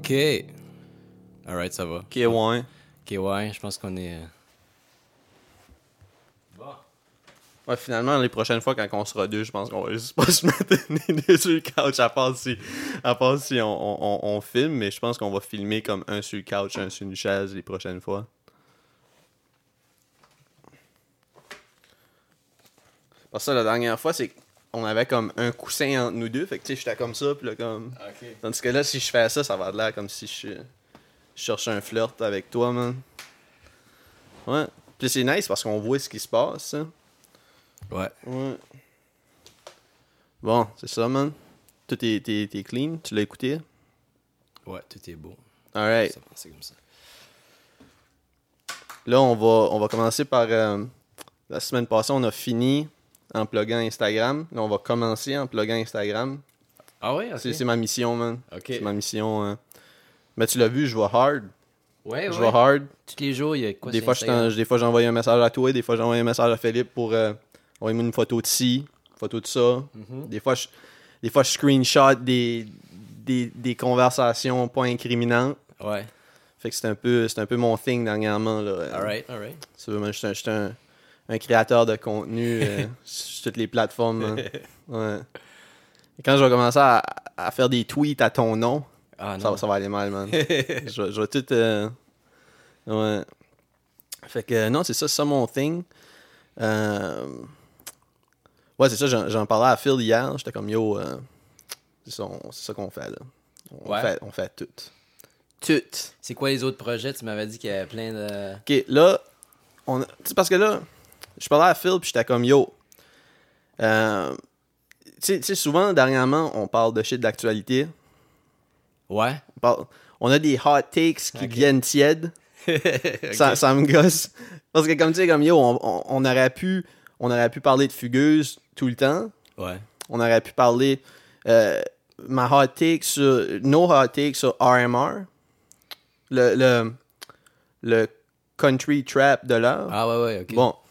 OK. Alright, ça va. Ok, ouais. OK, ouais, je pense qu'on est... Bon. Ouais, finalement, les prochaines fois, quand on sera deux, je pense qu'on va juste pas se mettre les deux sur le couch, à part si on filme, mais je pense qu'on va filmer comme un sur le couch, un sur une chaise les prochaines fois. Parce que ça, la dernière fois, c'est qu'on avait comme un coussin entre nous deux, fait que tu sais, j'étais comme ça, pis là, comme... OK. Tandis que là, si je fais ça, ça va avoir l'air comme si je cherche un flirt avec toi, man. Ouais. Puis c'est nice parce qu'on voit ce qui se passe, hein. Ouais. Ouais. Bon, c'est ça, man. Tout est clean. Tu l'as écouté? Ouais, tout est beau. Alright. Ça pensait comme ça. Là, on va commencer par... la semaine passée, on a fini en pluguant Instagram. Là, on va commencer en pluguant Instagram. Ah ouais? OK. C'est ma mission, man. OK. C'est ma mission. Mais tu l'as vu, je vais hard. Ouais, Je vais hard. Tous les jours, il y a quoi Des sur Instagram? fois, j'ai envoyé un message à toi. Des fois, j'ai envoyé un message à Philippe pour envoyer une photo de ci, une photo de ça. Des fois, je screenshot des conversations pas incriminantes. Ouais. Fait que c'est un peu mon thing dernièrement. Là. Alright. Tu vois, je suis un créateur de contenu sur toutes les plateformes. Man. Ouais. Et quand je vais commencer à faire des tweets à ton nom, Ah non. ça va aller mal, man. je vais tout... ouais. Fait que non, c'est ça mon thing. Ouais, c'est ça, j'en parlais à Phil hier. J'étais comme, yo, c'est ça qu'on fait, là. On fait tout. Tout. C'est quoi les autres projets? Tu m'avais dit qu'il y avait plein de... OK, là, tu sais, parce que là, je parlais à Phil, puis j'étais comme, yo, tu sais, souvent, dernièrement, on parle de shit d'actualité. Ouais. On a des hot takes qui deviennent tièdes. Okay. Ça me gosse. Parce que comme tu sais, comme yo, on aurait pu parler de Fugueuse tout le temps. Ouais. On aurait pu parler nos hot takes sur RMR. Le country trap de l'heure. Ah ouais, ok. Bon.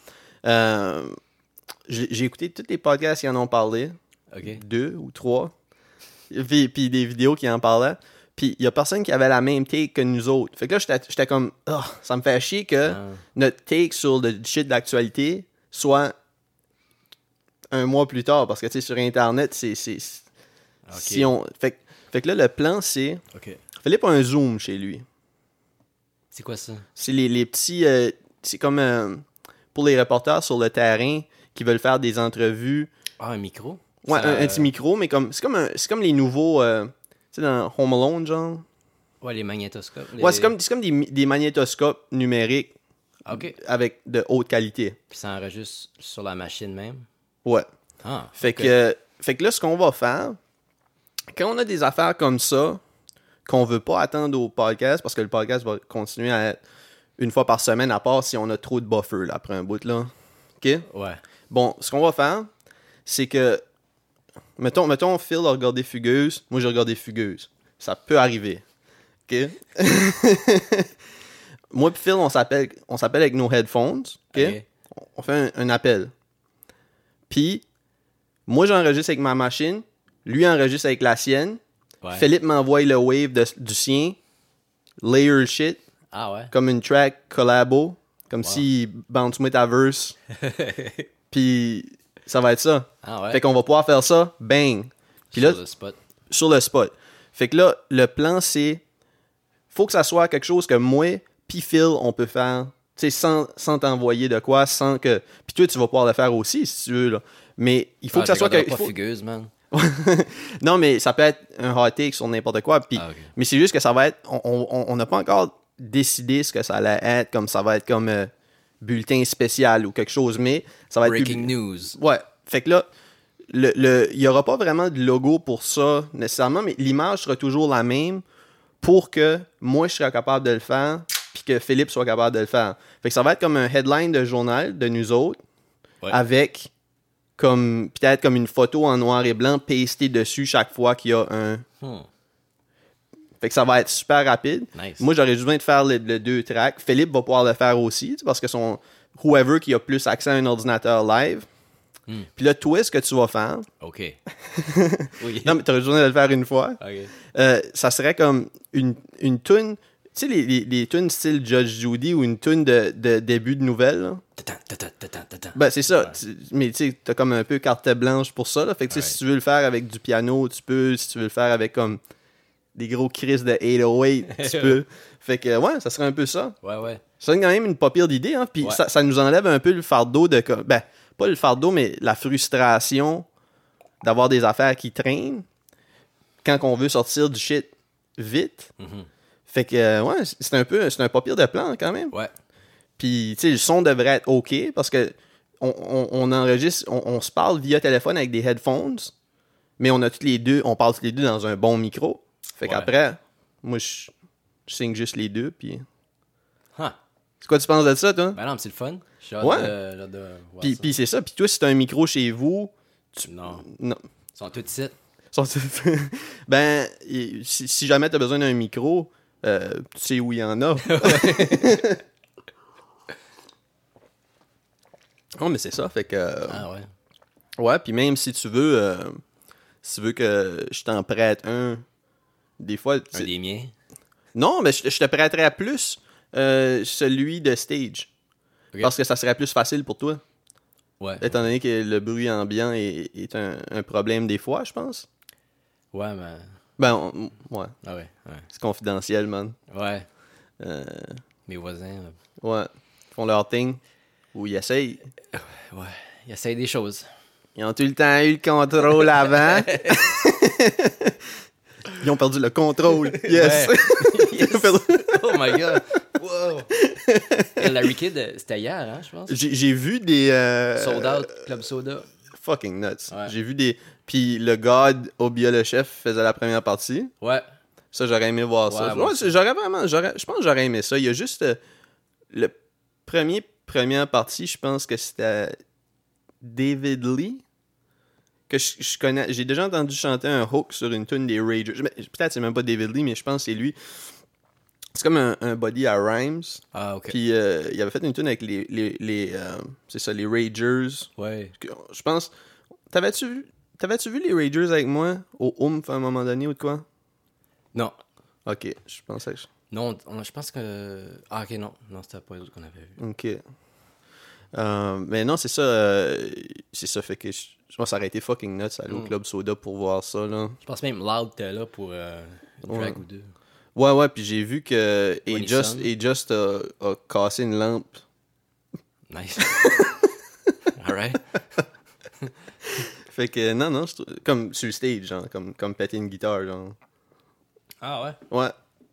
J'ai écouté tous les podcasts qui en ont parlé. Ok. 2 ou 3. Puis des vidéos qui en parlaient. Puis il y a personne qui avait la même take que nous autres. Fait que là, j'étais comme, oh, ça me fait chier que notre take sur le shit d'actualité soit un mois plus tard. Parce que, tu sais, sur Internet, c'est Okay. si on... Fait que là, le plan, c'est... Ok. Philippe a un Zoom chez lui. C'est quoi ça? C'est les petits... c'est comme pour les reporters sur le terrain qui veulent faire des entrevues. Ah, un micro? Ouais, Ça, un petit micro, mais c'est comme les nouveaux... tu sais, dans Home Alone, genre. Ouais, les magnétoscopes. Ouais, c'est comme des magnétoscopes numériques Ok. avec de haute qualité. Puis ça enregistre sur la machine même? Ouais. Ah. Fait que là, ce qu'on va faire, quand on a des affaires comme ça, qu'on veut pas attendre au podcast, parce que le podcast va continuer à être une fois par semaine, à part si on a trop de buffer là, après un bout, là. OK? Ouais. Bon, ce qu'on va faire, c'est que mettons Phil a regardé Fugueuse, moi j'ai regardé Fugueuse. Ça peut arriver. OK? Moi et Phil, on s'appelle avec nos headphones. OK? Ok. On fait un appel. Puis, moi j'enregistre avec ma machine, lui enregistre avec la sienne. Ouais. Philippe m'envoie le wave du sien, layer shit, Ah ouais? comme une track collabo, comme si Bounce Metaverse. Puis, ça va être ça. Ah ouais? Fait qu'on va pouvoir faire ça, bang. Puis là, Sur le spot. sur le spot. Fait que là, le plan, c'est... Faut que ça soit quelque chose que moi puis Phil, on peut faire, tu sais, sans t'envoyer de quoi, sans que... Puis toi, tu vas pouvoir le faire aussi, si tu veux, là. Mais il faut que ça soit... pas fugueuse, man. Non, mais ça peut être un hot take sur n'importe quoi. Puis, Ah, ok. mais c'est juste que ça va être... On n'a pas encore décidé ce que ça allait être, comme ça va être comme bulletin spécial ou quelque chose, mais ça va être... Breaking news. Ouais. Fait que là, il n'y aura pas vraiment de logo pour ça nécessairement, mais l'image sera toujours la même pour que moi, je serai capable de le faire puis que Philippe soit capable de le faire. Fait que ça va être comme un headline de journal de nous autres avec peut-être comme une photo en noir et blanc pastée dessus chaque fois qu'il y a un... Fait que ça va être super rapide. Nice. Moi, j'aurais besoin de faire le 2 tracks. Philippe va pouvoir le faire aussi, parce que whoever qui a plus accès à un ordinateur live Puis là, toi, ce que tu vas faire... OK. Oui. Non, mais t'aurais besoin de le faire une fois. OK. Ça serait comme une tune... Tu sais, les tunes style Judge Judy ou une tune de début de nouvelle, là. Ben, c'est ça. Ouais. Mais tu sais, t'as comme un peu carte blanche pour ça, là. Fait que tu sais, Ouais. si tu veux le faire avec du piano, tu peux. Si tu veux le faire avec comme des gros cris de 808, tu peux. Fait que, ouais, ça serait un peu ça. Ouais. Ça serait quand même une pas pire d'idée, hein. Puis Ouais. ça nous enlève un peu le fardeau de... Ben, pas le fardeau, mais la frustration d'avoir des affaires qui traînent quand on veut sortir du shit vite. Mhm. Fait que, ouais, c'est un pas pire de plan quand même. Ouais. Puis, tu sais, le son devrait être OK parce que on enregistre, on se parle via téléphone avec des headphones, mais on parle tous les deux dans un bon micro. Fait Ouais. qu'après, moi, je signe juste les deux, puis... Huh. C'est quoi tu penses de ça, toi? Ben non, mais c'est le fun. J'ai hâte Ouais. de voir Puis, ça. puis c'est ça. Puis toi, si t'as un micro chez vous, Non. non. Ils sont tous sites. Ben, si jamais t'as besoin d'un micro, tu sais où il y en a. Non, mais c'est ça, fait que... Ah ouais. Ouais, puis même si tu veux que je t'en prête un, des fois... Un des miens. Non, mais je te prêterais plus celui de stage. Ok. Parce que ça serait plus facile pour toi. Ouais. Étant donné que le bruit ambiant est un problème des fois, je pense. Ouais, mais... Ben, ouais, Ah ouais. c'est confidentiel, man. Ouais. Euh, Mes voisins, là. ouais, ils font leur thing. Ou ils essayent. Ouais. Ils essayent des choses. Ils ont tout le temps eu le contrôle avant. Ils ont perdu le contrôle. Yes! Ouais. Ils ont perdu- Oh my god. Wow. Et Larry Kidd, c'était hier, hein, je pense. J'ai vu des... Sold Out, Club Soda. Fucking nuts. Ouais. J'ai vu des... Puis le God, Obia le chef, faisait la première partie. Ouais. Ça, j'aurais aimé voir ça. Ouais, moi Ouais, aussi. je pense que j'aurais aimé ça. Il y a juste le première partie, je pense que c'était David Lee, que je connais. J'ai déjà entendu chanter un hook sur une tune des Ragers. Peut-être c'est même pas David Lee, mais je pense que c'est lui. C'est comme un body à Rhymes. Ah, ok. Puis il avait fait une tune avec c'est ça, les Ragers. Ouais. Je pense... T'avais-tu vu les Ragers avec moi au Oomph à un moment donné ou de quoi? Non. Ok, je pensais que... Non, je pense que... Ah, ok, non. Non, c'était pas les autres qu'on avait vu. Ok. Mais non, c'est ça, fait que je pense que ça aurait été fucking nuts aller au Club Soda pour voir ça, là. Je pense même Loud était là pour une drag Ouais. ou deux. Ouais, puis j'ai vu que When Just a cassé une lampe. Nice. Alright. Fait que non, comme sur le stage, genre, comme péter une guitare, genre. Ah ouais? Ouais.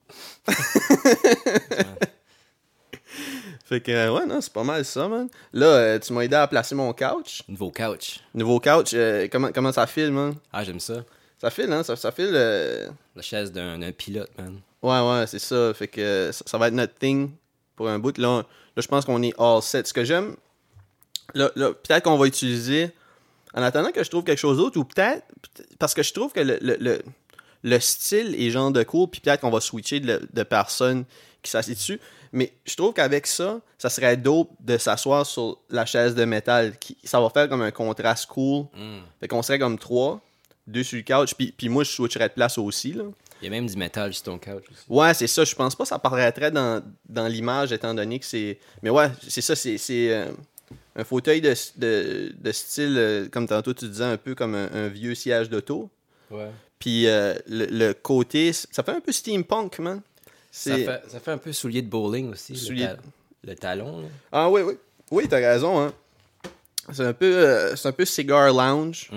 Fait que, ouais, non, c'est pas mal ça, man. Là, tu m'as aidé à placer mon couch. Nouveau couch. Nouveau couch, comment ça file, man? Ah, j'aime ça. Ça file, hein? Ça file... La chaise d'un pilote, man. Ouais, c'est ça. Fait que ça va être notre thing pour un bout. Là, je pense qu'on est all set. Ce que j'aime, là peut-être qu'on va utiliser, en attendant que je trouve quelque chose d'autre, ou peut-être, parce que je trouve que le style est genre de cool, puis peut-être qu'on va switcher de personnes qui s'assiedent dessus. Mais je trouve qu'avec ça, ça serait dope de s'asseoir sur la chaise de métal. Ça va faire comme un contraste cool. Fait qu'on serait comme 3, 2 sur le couch, puis moi, je switcherais de place aussi, là. Il y a même du métal sur ton couch aussi. Ouais, c'est ça. Je pense pas que ça paraîtrait dans l'image, étant donné que c'est... Mais ouais, c'est ça, c'est un fauteuil de style, comme tantôt tu disais, un peu comme un vieux siège d'auto. Ouais. Puis le côté... Ça fait un peu steampunk, man. Ça fait un peu soulier de bowling aussi. Soulier- Le talon, là. Ah oui. Oui, t'as raison, hein. C'est un peu cigar lounge.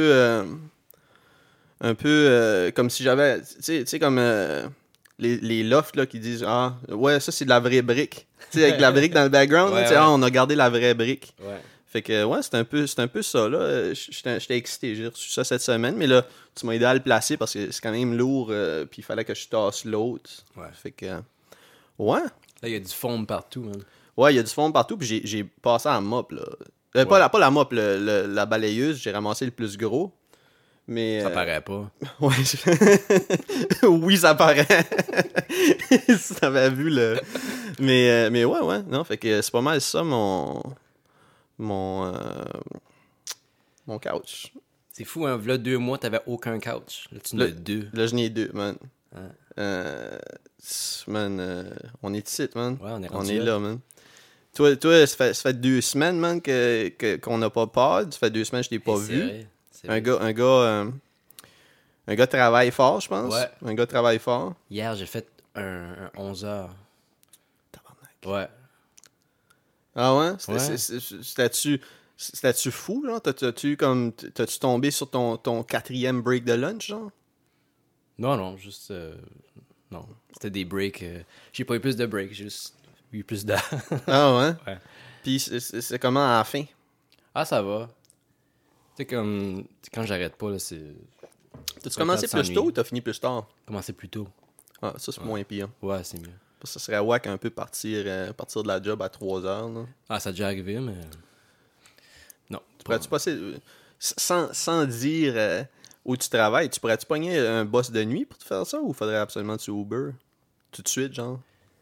Un peu comme si j'avais... Tu sais, comme les lofts là, qui disent « Ah, ouais, ça, c'est de la vraie brique. » Tu sais, avec la brique dans le background, là, Ouais, tu sais, ouais. Ah, on a gardé la vraie brique. Ouais. Fait que, ouais, c'est un peu ça, là. J'étais excité. J'ai reçu ça cette semaine, mais là, tu m'as aidé à le placer parce que c'est quand même lourd, puis il fallait que je tasse l'autre. Ouais. Fait que, ouais. Là, il y a du foam partout, man. Ouais, il y a du fond partout, puis j'ai passé à la mop, là. Ouais. Pas la mop, la balayeuse, j'ai ramassé le plus gros. Mais, Ça paraît pas. Ouais. Oui, ça paraît. Si t'avais vu le... Mais ouais, non, fait que c'est pas mal ça, mon mon couch. C'est fou, hein. Là, 2 mois, t'avais aucun couch. Là, tu en as 2. Là, j'en ai 2, man. Ouais. Man, on est ici, man. Ouais, on est On rendu est là. là, man. Toi, ça fait 2 semaines, man, qu'on n'a pas pod. Ça fait 2 semaines que je t'ai pas Hey, c'est vu. vrai, c'est Un vrai. gars, un gars travaille fort, je pense. Ouais. Un gars travaille fort. Hier, j'ai fait un 11 heures. Ouais. Ah ouais? Ouais. C'était-tu fou, genre? T'as-tu tombé sur ton 4e break de lunch, genre? Non, juste... non, c'était des breaks. J'ai pas eu plus de breaks, j'ai juste eu plus d'heures. Ah ouais? Ouais. Puis c'est comment à la fin? Ah, ça va. Tu sais, comme... Quand j'arrête pas, là, c'est... T'as-tu Pas le commencé temps de plus tôt s'ennuyer. ou t'as fini plus tard? Commencer plus tôt. Ah, ça, c'est moins pire. Ouais, c'est mieux. Parce que ça serait wack un peu partir de la job à 3 heures, là. Ah, ça a déjà arrivé, mais... Non. Pourrais-tu passer... sans dire où tu travailles, tu pourrais-tu pogner un boss de nuit pour te faire ça ou faudrait absolument que tu Uber? Tout de suite, genre?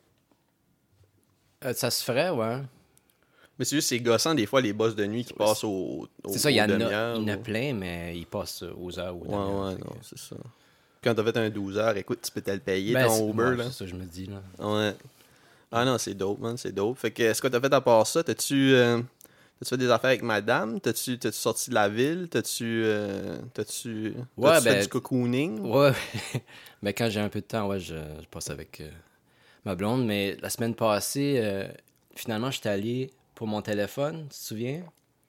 Ça se ferait, ouais. Mais c'est juste, c'est gossant des fois les boss de nuit qui passent C'est ça, il y en a, demi-heures. il y en a ou- plein, mais ils passent aux heures ou Ouais, demi-heures, ouais, fait non, que- c'est ça. Quand t'as fait un 12 heures, écoute, tu peux te le payer, Ben, ton Uber, ouais, là. c'est ça que je me dis, là. Ouais. Ah non, c'est dope, man, c'est dope. Fait que, est-ce que t'as fait à part ça? T'as-tu fait des affaires avec madame? T'as-tu sorti de la ville? T'as-tu Ouais, fait ben- du cocooning? Ouais, mais quand j'ai un peu de temps, ouais, je passe avec ma blonde. Mais la semaine passée, finalement, j'étais allé pour mon téléphone, tu te souviens?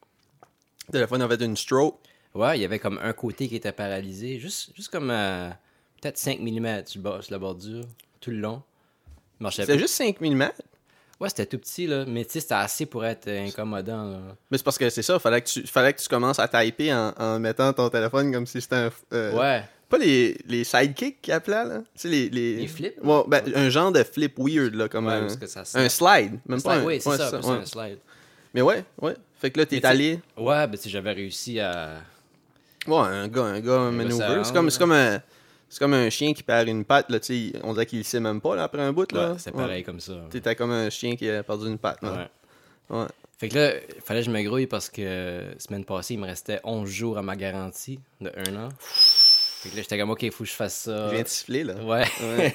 Le téléphone a fait une stroke. Ouais, il y avait comme un côté qui était paralysé, juste comme peut-être 5 mm sur la bordure, tout le long. Il marchait C'était pas. juste 5 mm. Ouais, c'était tout petit, là, mais tu sais, c'était assez pour être incommodant, là. Mais c'est parce que c'est ça, fallait que tu commences à typer en mettant ton téléphone comme si c'était un... Ouais, Pas les sidekicks qu'ils appelaient, là. Tu sais, Les flips? Ouais, ben, un genre de flip weird, là, comme ouais, un... parce que ça Un slide, même pas slide, un... oui, c'est ouais, ça, plus ouais. un slide. Mais ouais. Fait que là, t'es Mais tu sais- allé... Ouais, ben tu sais, j'avais réussi à... Ouais, un gars maneuver. ça C'est comme un chien qui perd une patte, là, tu sais. On dirait qu'il le sait même pas, là, après un bout, là. Ouais, c'est pareil comme ça. T'étais comme un chien qui a perdu une patte, là. Ouais. Ouais. Fait que là, il fallait que je me grouille parce que semaine passée, il me restait 11 jours à ma garantie de 1 an. Fait que là, j'étais comme, OK, il faut que je fasse ça. Je viens de siffler, là. Ouais. Ouais.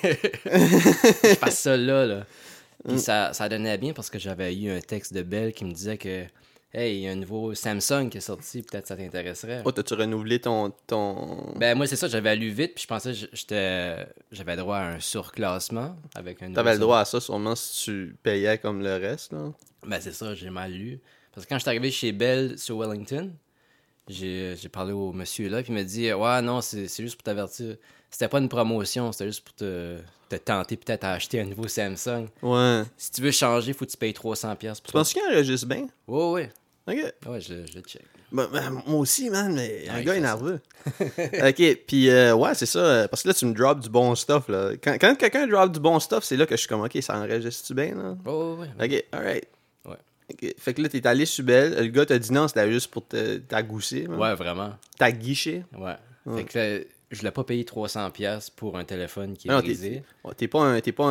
Je fasse ça là. Puis ça donnait bien parce que j'avais eu un texte de Belle qui me disait que, hey, il y a un nouveau Samsung qui est sorti, peut-être ça t'intéresserait. Oh, t'as-tu renouvelé ton... Ben, moi, c'est ça, j'avais lu vite, puis je pensais que j'avais droit à un surclassement avec un nouveau T'avais le droit à ça, sûrement, si tu payais comme le reste, là. Ben, c'est ça, j'ai mal lu. Parce que quand je suis arrivé chez Bell sur Wellington, j'ai parlé au monsieur là, puis il m'a dit, ouais, non, c'est juste pour t'avertir. C'était pas une promotion, c'était juste pour te tenter peut-être à acheter un nouveau Samsung. Ouais. Si tu veux changer, faut que tu payes 300$ pour Tu ça. penses qu'il enregistre bien? Ouais. Ok. Ouais, je le check. Moi aussi, man, mais un Ouais, gars il est fait ça. nerveux. Ok, puis ouais, c'est ça. Parce que là, tu me drops du bon stuff, là. Quand quelqu'un drop du bon stuff, c'est là que je suis comme, ok, ça enregistre-tu bien, là? Ouais. Ok, alright. Ouais. Ok. Fait que là, t'es allé sur Belle. Le gars t'a dit non, c'était juste pour t'agousser. man. Ouais, vraiment. T'aguicher. Ouais. Fait que là, je voulais pas payer 300$ pour un téléphone qui est Non, brisé. t'es pas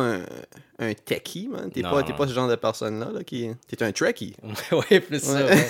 un techie, man. T'es Non. pas ce genre de personne-là, là, qui... T'es un trekkie. Ouais, plus ça, ouais.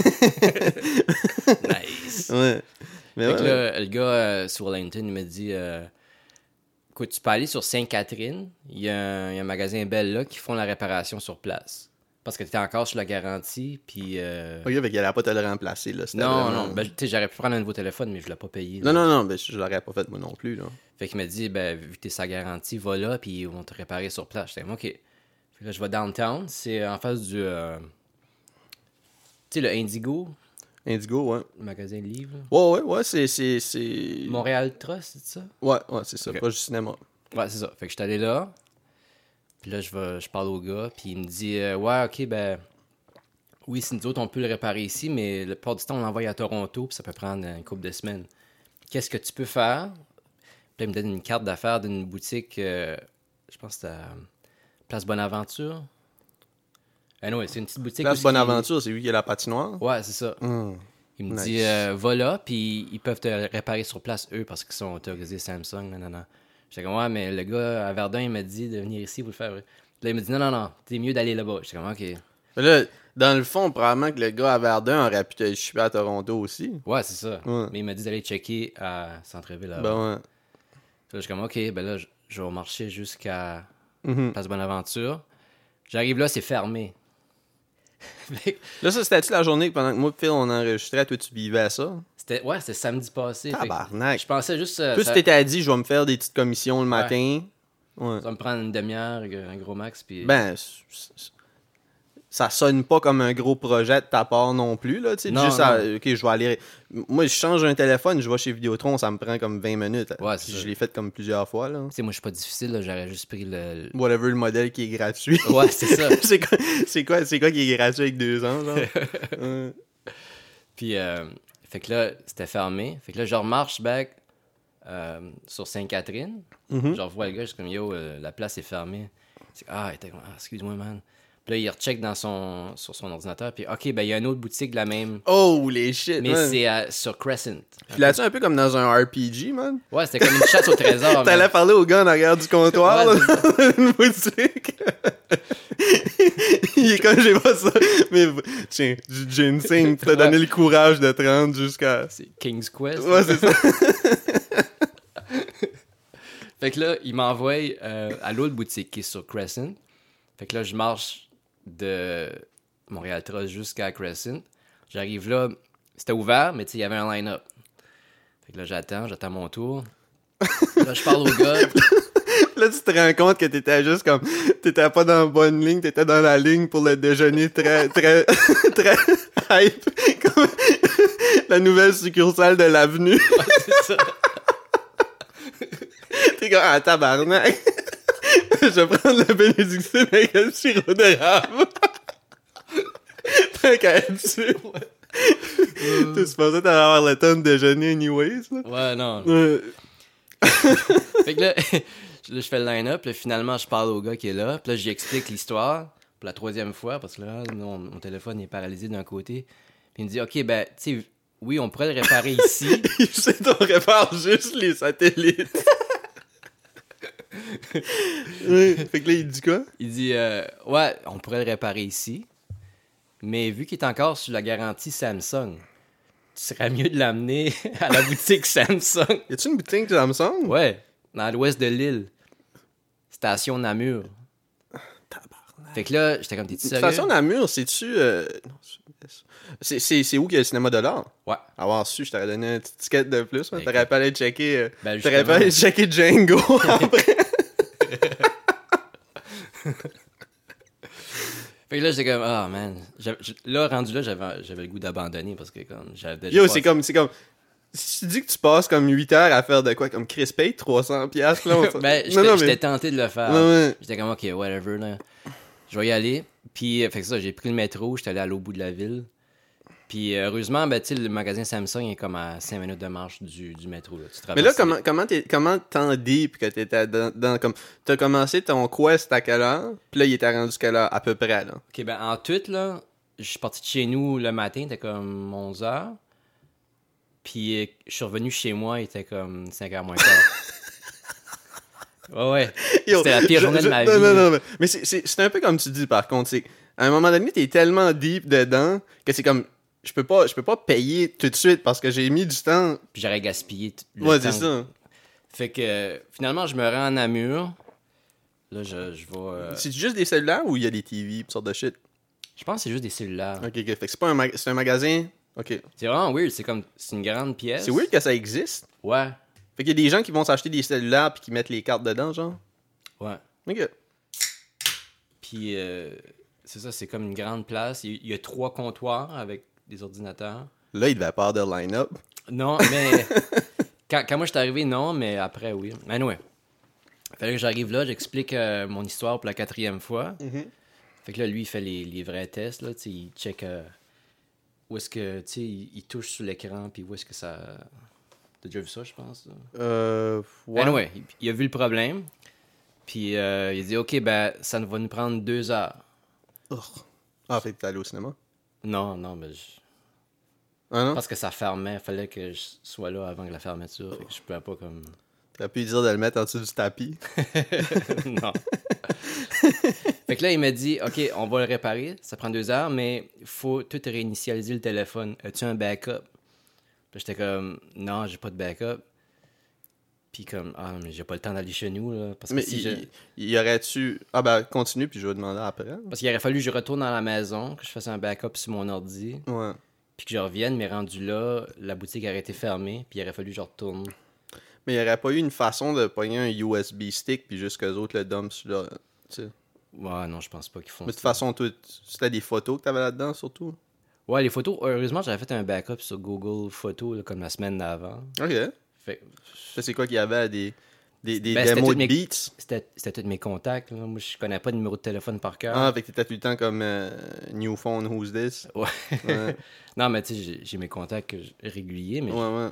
Nice. Ouais. Mais Fait ouais, que là, le gars sur Wellington, il m'a dit écoute, tu peux aller sur Sainte-Catherine, il y a un magasin Bell là qui font la réparation sur place. Parce que tu étais encore sur la garantie, puis. Ok, fait qu'il allait pas te le remplacer, là. C'était Non, vraiment- non, ben, tu sais, j'aurais pu prendre un nouveau téléphone, mais je l'ai pas payé. Non, là. non, ben, je l'aurais pas fait moi non plus, là. Fait qu'il m'a dit, ben, vu que t'es sa garantie, va là, puis ils vont te réparer sur place. J'étais comme, OK. Fait que là, je vais downtown, c'est en face du. Tu sais, le Indigo, Indigo, ouais. le magasin de livres. Là. Ouais, c'est... Montréal Trust, c'est ça? Ouais, c'est ça, Ok. pas juste cinéma. Ouais, c'est ça. Fait que je suis allé là. Puis là, je parle au gars. Puis il me dit ouais, OK, ben. Oui, si nous autres, on peut le réparer ici, mais le plupart du temps, on l'envoie à Toronto. Puis ça peut prendre une couple de semaines. Qu'est-ce que tu peux faire? Puis là, il me donne une carte d'affaires d'une boutique. Je pense que c'était à Place Bonaventure. Ah non, c'est une petite boutique. Place où Bonaventure, c'est lui qui a la patinoire. Ouais, c'est ça. Il me Nice. dit va là, puis ils peuvent te réparer sur place, eux, parce qu'ils sont autorisés Samsung. Non. J'étais comme, ouais, mais le gars à Verdun, il m'a dit de venir ici, vous le faire. Là, il m'a dit, non, t'es mieux d'aller là-bas. J'étais comme, OK. Mais là, dans le fond, probablement que le gars à Verdun aurait pu te chipper à Toronto aussi. Ouais, c'est ça. Ouais. Mais il m'a dit d'aller checker à Centre-Ville. Là. Ben ouais. Là, je suis comme, OK, ben là, je vais marcher jusqu'à Mhm. Place Bonaventure. J'arrive là, c'est fermé. Fait que Là, ça, c'était-tu la journée que pendant que moi et Phil, on enregistrait, toi, tu vivais à ça? c'était samedi passé. Fait que Tabarnak. je pensais juste... Plus ça, tu t'étais dit, je vais me faire des petites commissions le matin. Ouais. ça va me prendre une demi-heure, un gros max, puis... Ben, ça sonne pas comme un gros projet de ta part non plus, là, tu sais. Non, Juste, non. OK, je vais aller... Moi, je change un téléphone, je vais chez Vidéotron, ça me prend comme 20 minutes. Là. Ouais, c'est Je ça. l'ai fait comme plusieurs fois, là. Tu sais, moi, je suis pas difficile, là, j'aurais juste pris Whatever le modèle qui est gratuit. Ouais, c'est ça. c'est quoi qui est gratuit avec 2 ans, genre? Ouais. Puis, fait que là, c'était fermé. Fait que là, je remarche back sur Sainte-Catherine. Mhm. Je revois le gars, je suis comme, yo, la place est fermée. C'est, il était comme, excuse-moi, man. Puis là, il recheck sur son ordinateur. Puis, OK, ben, il y a une autre boutique de la même. Oh, les shit, Mais man. c'est sur Crescent. Puis là-dessus, un peu comme dans un RPG, man. Ouais, c'était comme une chasse au trésor. T'allais man. parler au gars en arrière du comptoir, Ouais, là, dans une boutique. Il est comme, j'ai pas ça. Mais tiens, du ginseng pour te donner le courage de te rendre jusqu'à... C'est King's Quest. Ouais, c'est ça. Fait que là, il m'envoie à l'autre boutique qui est sur Crescent. Fait que là, je marche de Montréal Trust jusqu'à Crescent. J'arrive là, c'était ouvert, mais tu sais, il y avait un line-up. Fait que là, j'attends mon tour. Là, je parle au gars. Là, tu te rends compte que t'étais juste comme... T'étais pas dans la bonne ligne, t'étais dans la ligne pour le déjeuner très, très, très hype. Comme la nouvelle succursale de l'avenue. Ouais, c'est ça. T'es comme, ah, tabarnak. Je vais prendre la bénédiction avec le sirop d'érable. Tant qu'à être sûr. Tu pensais que t'allais avoir le temps de déjeuner anyways, là? Ouais, non. Ouais. Fait que là, je fais le line-up. Là, finalement, je parle au gars qui est là. Puis là, j'y explique l'histoire pour la 3e fois. Parce que là, mon téléphone est paralysé d'un côté. Puis il me dit, OK, ben, tu sais, oui, on pourrait le réparer ici. Il sait qu'on répare juste les satellites. Oui. Fait que là, il dit quoi? Il dit, ouais, on pourrait le réparer ici. Mais vu qu'il est encore sur la garantie Samsung, tu serais mieux de l'amener à la boutique Samsung. Y a-tu une boutique de Samsung? Ouais, dans l'ouest de l'île. Station Namur. Tabarnak. Fait que là, j'étais comme, t'es-tu sérieux? Station Namur, c'est-tu... Non, c'est où qu'il y a le cinéma de l'art? Ouais. Avoir su, je t'aurais donné un petit ticket de plus. Ben, T'aurais pas allé checker... Ben, T'aurais pas justement. allé checker Django après. Fait que là, j'étais comme, ah, man. Là, rendu là, j'avais le goût d'abandonner parce que comme, j'avais déjà Yo, passé- c'est comme... Si tu dis que tu passes comme 8 heures à faire de quoi? Comme Chris Pay, 300$, là, on... Ben, Non, j'étais mais... tenté de le faire. Ouais, ouais. J'étais comme, OK, whatever, là. Je vais y aller. Puis, fait que ça, j'ai pris le métro, j'étais allé à l'autre bout de la ville. Puis, heureusement, ben, tu sais, le magasin Samsung est comme à 5 minutes de marche du métro, là. Tu Mais là, traverses- comment t'en deep que t'étais comme... T'as commencé ton quest à quelle heure? Puis là, il était rendu quelle heure? À peu près, là. OK, ben, en tout, là, je suis parti de chez nous le matin, c'était comme 11h. Puis, je suis revenu chez moi, il était comme 5h moins quart. Ouais. Yo, C'était la pire journée de ma vie. Non. Mais c'est un peu comme tu dis, par contre. C'est, à un moment donné, t'es tellement deep dedans que c'est comme... Je peux pas payer tout de suite parce que j'ai mis du temps. Puis, j'aurais gaspillé le Ouais, temps. c'est ça. Fait que, finalement, je me rends à Namur. Là, je vais... C'est juste des cellulaires ou il y a des TV, toutes sortes de shit? Je pense que c'est juste des cellulaires. Ok. Fait que c'est pas c'est un magasin... Ok. C'est vraiment weird, c'est une grande pièce. C'est weird que ça existe. Ouais, Fait qu'il y a des gens qui vont s'acheter des cellulaires puis qui mettent les cartes dedans, genre. ouais. Ok. Puis, c'est ça, c'est comme une grande place. Il y a 3 comptoirs avec des ordinateurs. Là, il devait pas avoir de line-up. Non, mais... quand moi, je suis arrivé, non, mais après, oui. Anyway. Fallait que j'arrive là, j'explique mon histoire pour la 4e fois. Fait que là, lui, il fait les vrais tests, là, tu sais, il check où est-ce que, tu sais, il touche sur l'écran, puis où est-ce que ça... T'as déjà vu ça, je pense? Là? Ouais. Anyway, il a vu le problème, puis il a dit, OK, ben, ça va nous prendre 2 heures. Ah, fait que t'es allé au cinéma? Non, mais Ah non? parce que ça fermait, il fallait que je sois là avant que la fermeture, fait que je pouvais pas comme... T'aurais pu dire de le mettre en dessous du tapis. Non. Fait que là, il m'a dit, OK, on va le réparer, ça prend 2 heures, mais il faut tout réinitialiser le téléphone. As-tu un backup? Puis j'étais comme, non, j'ai pas de backup. Puis comme, ah, mais j'ai pas le temps d'aller chez nous, là. Parce que Mais si il aurait-tu... Ah ben, continue, puis je vais demander après. Parce qu'il aurait fallu que je retourne dans la maison, que je fasse un backup sur mon ordi, Ouais. puis que je revienne, mais rendu là, la boutique aurait été fermée, puis il aurait fallu que je retourne. Mais il n'y aurait pas eu une façon de pogner un USB stick, puis juste qu'eux autres le dumpent sur là, tu sais. Ouais, non, je pense pas qu'ils font Mais de toute ça. façon, toi, c'était des photos que t'avais là-dedans, surtout? Ouais, les photos, heureusement, j'avais fait un backup sur Google Photos, là, comme la semaine d'avant. OK. Fait Ça, c'est quoi qu'il y avait? Des Ben, démos de mes... beats? C'était tous mes contacts, là. Moi, je connais pas de numéro de téléphone par cœur. Ah, fait que t'étais tout le temps comme New Phone, Who's This? Ouais. Ouais, Non, mais tu sais, j'ai mes contacts réguliers, mais ouais.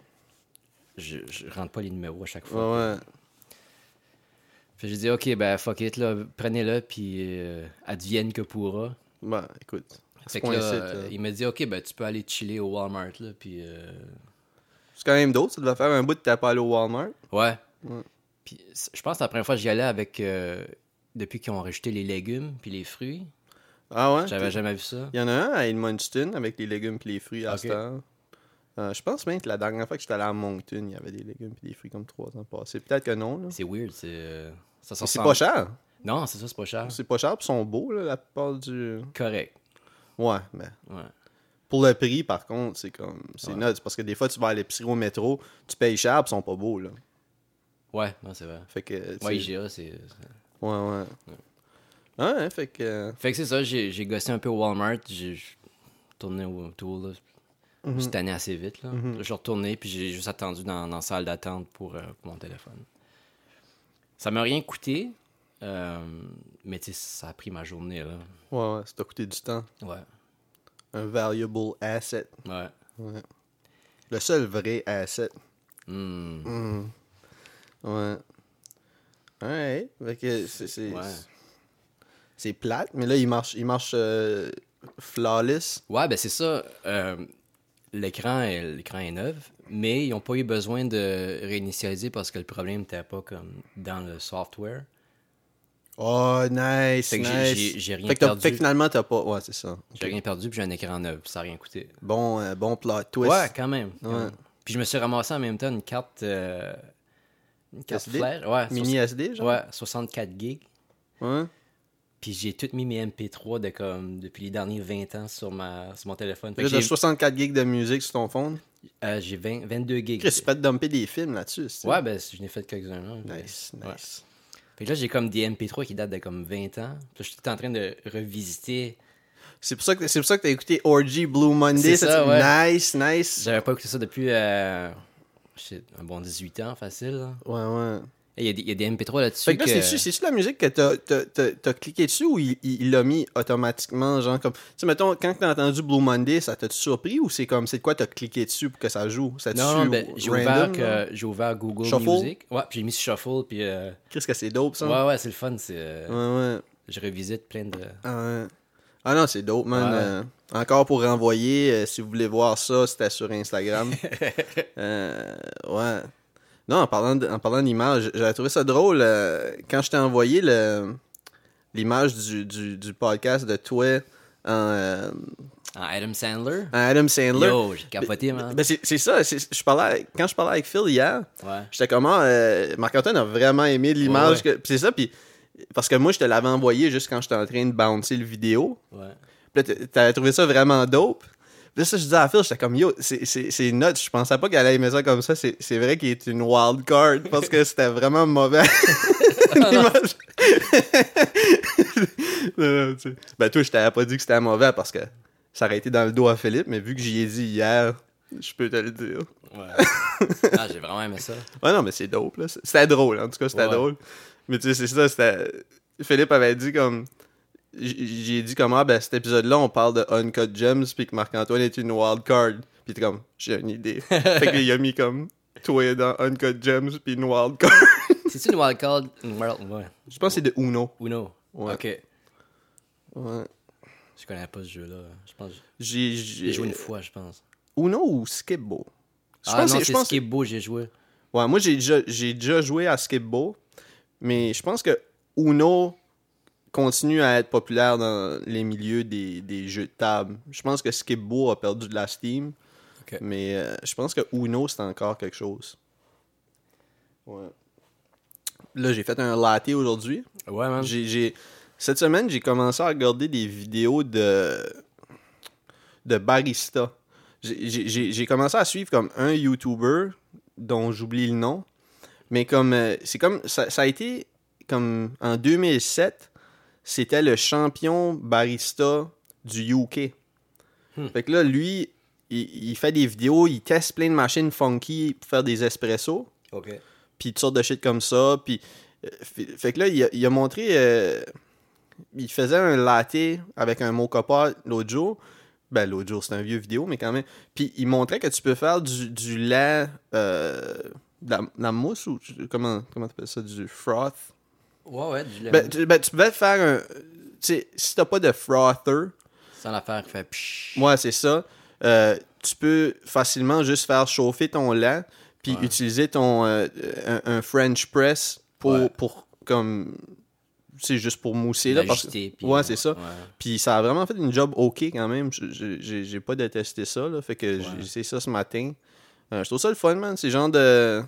je rentre pas les numéros à chaque Ouais, fois. ouais. Fait que j'ai dit, OK, ben, fuck it, là, prenez-le, puis advienne que pourra. Bah, écoute. Fait que là, il m'a dit, OK, ben, tu peux aller chiller au Walmart, là, puis... C'est quand même d'autres, ça devait faire un bout de t'as pas allé au Walmart. Ouais. Ouais. Puis je pense que la première fois que j'y allais avec... depuis qu'ils ont rajouté les légumes puis les fruits. Ah ouais? J'avais jamais vu ça. Il y en a un à Edmundston avec les légumes et les fruits à Ok. cette heure. Je pense même que la dernière fois que j'étais allé à Moncton, il y avait des légumes et des fruits comme 3 ans passés. Peut-être que non. Là. C'est weird, c'est... ça Mais c'est ressemble- pas cher. Non, c'est ça, c'est pas cher. C'est pas cher, puis ils sont beaux, là, la plupart du... Correct. Ouais, mais Ouais. pour le prix, par contre, c'est comme... C'est Ouais. nuts, parce que des fois, tu vas à l'épicerie au métro, tu payes cher, puis ils sont pas beaux, là. Ouais, non, c'est vrai. Fait que... tu sais, Ouais, IGA, c'est... Ouais. Ouais, fait que... Fait que c'est ça, j'ai gossé un peu au Walmart, j'ai tourné autour, là. Cette année assez vite, là. Là, je suis retourné, puis j'ai juste attendu dans la salle d'attente pour mon téléphone. Ça m'a rien coûté, mais tu sais, ça a pris ma journée, là. Ouais, ça t'a coûté du temps. Ouais, Un valuable asset. ouais. Ouais. Le seul vrai asset. Hmm. Ouais. Ouais. Fait que c'est... Ouais. C'est plate, mais là, il marche flawless. Ouais, ben c'est ça. L'écran est neuf, mais ils n'ont pas eu besoin de réinitialiser parce que le problème n'était pas comme dans le software. Oh, nice, Fait que nice. j'ai rien Fait que, perdu. fait que finalement, t'as pas... Ouais, c'est ça. J'ai rien perdu, puis j'ai un écran neuf, ça n'a rien coûté. Bon plot twist. Ouais, quand même. quand Ouais. même. Puis je me suis ramassé en même temps une carte SD? flash. Ouais, Mini SD, genre? ouais, 64 gigs. Ouais. Puis j'ai toutes mis mes MP3 depuis les derniers 20 ans sur mon téléphone. Fait Fait que que t'as 64 gigs de musique sur ton phone. j'ai 22 gigs. Chris, tu peux te dumper des films là-dessus. c'est- Ouais, ben je n'ai fait quelques-uns. Là, Nice, Ouais. nice. Fait que là, j'ai comme des MP3 qui datent de comme 20 ans. Puis là, je suis tout en train de revisiter. C'est pour ça que t'as écouté Orgy Blue Monday. C'est ça, ouais. Nice. J'avais pas écouté ça depuis un bon 18 ans, facile. Là. Ouais. Et il y a des MP3 là-dessus. Fait que là, c'est-tu la musique que t'as cliqué dessus ou il l'a mis automatiquement, genre comme... Tu sais, mettons, quand t'as entendu Blue Monday, ça t'a-tu surpris ou c'est comme, c'est de quoi t'as cliqué dessus pour que ça joue? Ça Non, ben, j'ai ouvert Google Shuffle? Music. Ouais, puis j'ai mis sur Shuffle, puis... Qu'est-ce que c'est dope, ça? ouais, c'est le fun. C'est, Ouais. je revisite plein de... Ah non, c'est dope, man. Ouais. Encore pour renvoyer, si vous voulez voir ça, c'était sur Instagram. Ouais. Non, en parlant d'image, j'avais trouvé ça drôle quand je t'ai envoyé l'image du podcast de toi en Adam Sandler. Adam Sandler. Yo, j'ai capoté, man. Ben, c'est ça. Quand je parlais avec Phil hier, Ouais. j'étais comme, Marc-Antoine a vraiment aimé l'image. Ouais. Puis c'est ça, puis parce que moi, je te l'avais envoyé juste quand j'étais en train de bouncer le vidéo. Ouais. Puis là, t'avais trouvé ça vraiment dope. Puis là, ça, je disais à Phil, j'étais comme, yo, c'est nuts. Je pensais pas qu'elle allait aimer ça comme ça. C'est vrai qu'il est une wild card parce que c'était vraiment mauvais. L'image. Non, tu sais. Ben, toi, je t'avais pas dit que c'était mauvais parce que ça aurait été dans le dos à Philippe, mais vu que j'y ai dit hier, je peux te le dire. Ouais. Ah, j'ai vraiment aimé ça. Ouais, non, mais c'est dope, là. C'était drôle, en tout cas, c'était Ouais. drôle. Mais tu sais, c'est ça, c'était... Philippe avait dit comme... J'ai dit comment, ben, cet épisode-là, on parle de Uncut Gems, puis que Marc-Antoine est une wild card. Puis t'es comme, j'ai une idée. Fait qu'il a mis comme, toi dans Uncut Gems, puis une wild card. C'est-tu une wildcard? Ouais. Je pense que c'est de Uno. Uno. Ouais. Ok. Ouais. Je connais pas ce jeu-là. Je pense que J'ai j'ai joué une fois, je pense. Uno ou Skip-Bo? Ah non, c'est Skip-Bo, j'ai joué. Ouais, moi, j'ai déjà joué à Skip-Bo, mais je pense que Uno continue à être populaire dans les milieux des jeux de table. Je pense que Skip-Bo a perdu de la Steam. Ok. Mais je pense que Uno, c'est encore quelque chose. Ouais. Là, j'ai fait un latte aujourd'hui. Ouais, man. Cette semaine, j'ai commencé à regarder des vidéos de barista. J'ai commencé à suivre comme un YouTuber dont j'oublie le nom. Mais comme c'est comme ça a été comme en 2007, c'était le champion barista du UK. Fait que là, lui, il fait des vidéos, il teste plein de machines funky pour faire des espressos. OK. Puis toutes sortes de shit comme ça. Puis, fait que là, il a montré... il faisait un latte avec un mocha pot l'autre jour. Ben, l'autre jour, c'est un vieux vidéo, mais quand même. Puis il montrait que tu peux faire du lait... de la mousse ou... Comment t'appelles ça? Du froth? Ouais, du lait. Tu pouvais faire un... Tu sais, si t'as pas de frother... Sans l'affaire qui fait pshhh. Ouais, c'est ça. Tu peux facilement juste faire chauffer ton lait puis utiliser ton un French press pour comme c'est juste pour mousser là ouais, c'est ça. Puis ça a vraiment fait une job OK quand même. J'ai pas détesté ça là, fait que j'ai essayé ça ce matin. Je trouve ça le fun, man, c'est genre de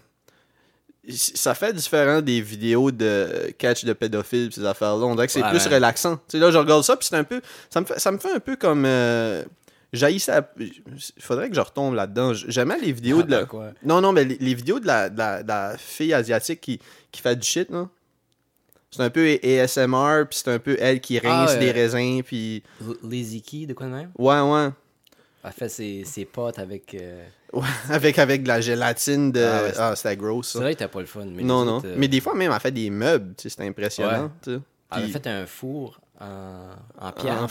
ça fait différent des vidéos de catch de pédophiles ces affaires-là. On dirait que c'est plus relaxant. Tu sais, là, je regarde ça, puis c'est un peu... Ça me fait un peu comme... il faudrait que je retombe là-dedans. J'aimais les vidéos de la... Quoi? Non, mais les vidéos de la fille asiatique qui fait du shit, là. C'est un peu ASMR, puis c'est un peu elle qui rince des raisins, puis... Lazy Key, de quoi de même? Ouais. Elle fait ses potes avec... Ouais, avec de la gélatine de... c'était gross, ça. C'est vrai que t'as pas le fun. Mais non. Mais des fois, même, elle fait des meubles, tu sais, c'est impressionnant, tu sais. Elle a fait un four en pierre.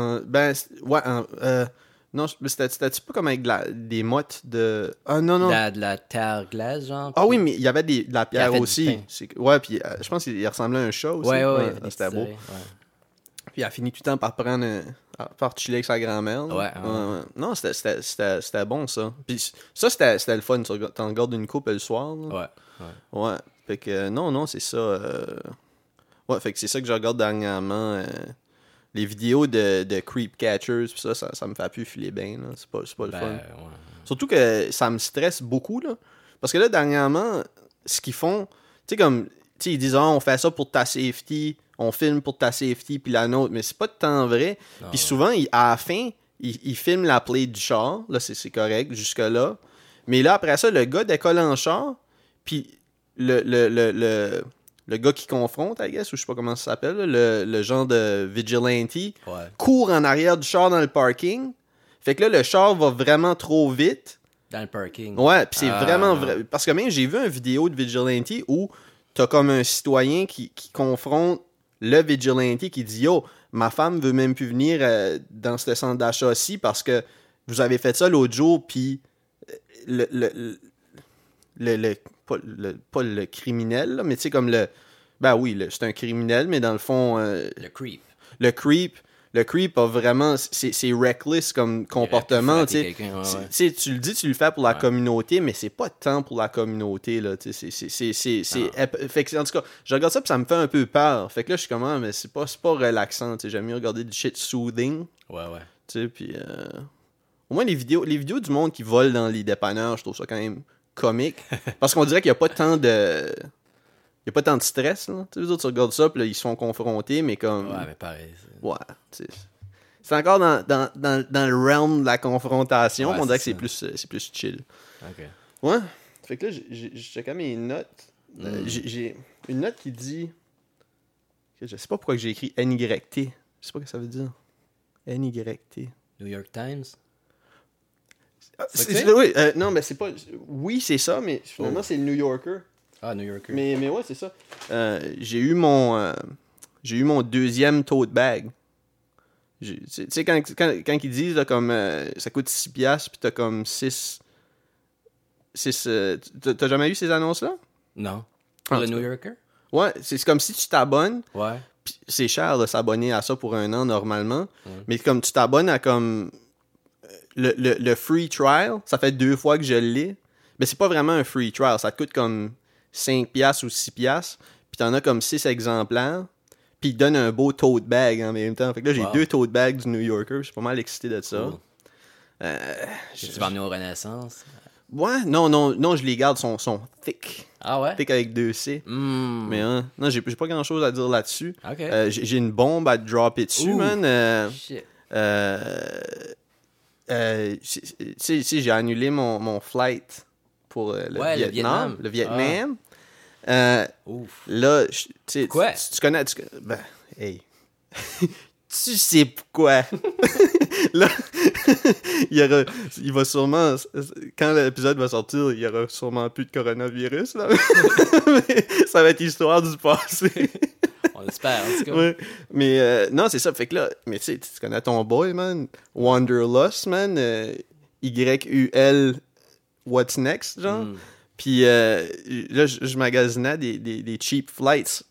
Non, c'était pas comme avec des mottes de... Ah, non. De la terre glace, genre. Ah oui, mais il y avait de la pierre aussi. Ouais, puis je pense qu'il ressemblait à un chat aussi. Ouais, c'était beau. Puis elle a fini tout le temps par par chiller avec sa grand-mère. Ouais. Non, c'était bon, ça. Puis ça, c'était le fun. T'en regardes une coupe le soir. Là. Ouais. Fait que non, c'est ça. Ouais, fait que c'est ça que je regarde dernièrement. Les vidéos de Creep Catchers, pis ça me fait plus filer bien. Là. C'est pas le fun. Ouais. Surtout que ça me stresse beaucoup. Là. Parce que là, dernièrement, ce qu'ils font, tu sais, comme, ils disent, on fait ça pour ta safety, on filme pour ta safety, puis la nôtre, mais c'est pas de temps vrai. Puis souvent, à la fin, ils filment la plate du char. Là, c'est correct, jusque-là. Mais là, après ça, le gars décolle en char, puis le gars qui confronte, I guess, ou je sais pas comment ça s'appelle, le genre de vigilante, court en arrière du char dans le parking. Fait que là, le char va vraiment trop vite. Dans le parking. Ouais, pis c'est vraiment vrai. Parce que même, j'ai vu une vidéo de vigilante où t'as comme un citoyen qui confronte le vigilante qui dit « Yo, ma femme veut même plus venir dans ce centre d'achat-ci parce que vous avez fait ça l'autre jour, puis pas le criminel, là, mais tu sais, comme le... Ben oui, c'est un criminel, mais dans le fond... le creep. Le creep a vraiment... C'est reckless comme comportement, tu sais. Tu le dis, tu le fais pour la communauté, mais c'est pas tant pour la communauté, là, tu sais. Fait que, en tout cas, je regarde ça, puis ça me fait un peu peur. Fait que là, je suis comme, mais c'est pas relaxant, tu sais. J'aime mieux regarder du shit soothing. Ouais. Tu sais, puis... Au moins, les vidéos du monde qui volent dans les dépanneurs, je trouve ça quand même comique. Parce qu'on dirait qu'il n'y a pas tant de... Il n'y a pas tant de stress, là. Tu sais, les autres, tu regardes ça, puis là, ils se font confronter, mais comme... Ouais, mais pareil. Ouais, tu sais. C'est encore dans le realm de la confrontation, on dirait que c'est plus chill. OK. Ouais. Fait que là, j'ai checké mes notes. J'ai une note qui dit... Je sais pas pourquoi j'ai écrit NYT. Je sais pas ce que ça veut dire. NYT. New York Times? Oui, non, mais c'est pas... Oui, c'est ça, mais finalement, c'est le New Yorker. Ah, New Yorker. Mais ouais, c'est ça. J'ai eu mon deuxième tote bag. Tu sais, quand ils disent, là, comme, ça coûte 6$, puis t'as comme 6... T'as jamais eu ces annonces-là? Non. Pour le New Yorker? Ouais, c'est comme si tu t'abonnes. Ouais. Pis c'est cher de s'abonner à ça pour 1 an, normalement. Mais comme tu t'abonnes à comme... Le free trial, ça fait 2 fois que je l'ai. Mais c'est pas vraiment un free trial. Ça te coûte comme 5$ ou 6$. Puis t'en as comme 6 exemplaires. Puis il donne un beau tote bag en même temps. Fait que là, j'ai Wow. 2 tote bags du New Yorker. Je suis pas mal excité de ça. Cool. Tu vas emmener au Renaissance? Ouais, non, je les garde, sont thick. Ah ouais? Thick avec 2 C. Hmm. Mais non, j'ai pas grand chose à dire là-dessus. Ok. J'ai une bombe à te dropper dessus, Ouh. man. Shit. Si j'ai annulé mon flight pour Ouais, le Vietnam. Le Vietnam. Ouf. Là, tu sais, Pourquoi? tu connais. Ben, hey. Tu sais pourquoi. Là, il va sûrement. Quand l'épisode va sortir, il y aura sûrement plus de coronavirus, là. Mais ça va être histoire du passé. On espère, en tout cas. Ouais. Mais non, c'est ça. Fait que là, mais tu sais, tu connais ton boy, man. Wanderlust, man. YUL What's Next, genre. Hmm. Puis là, je magasinais des cheap flights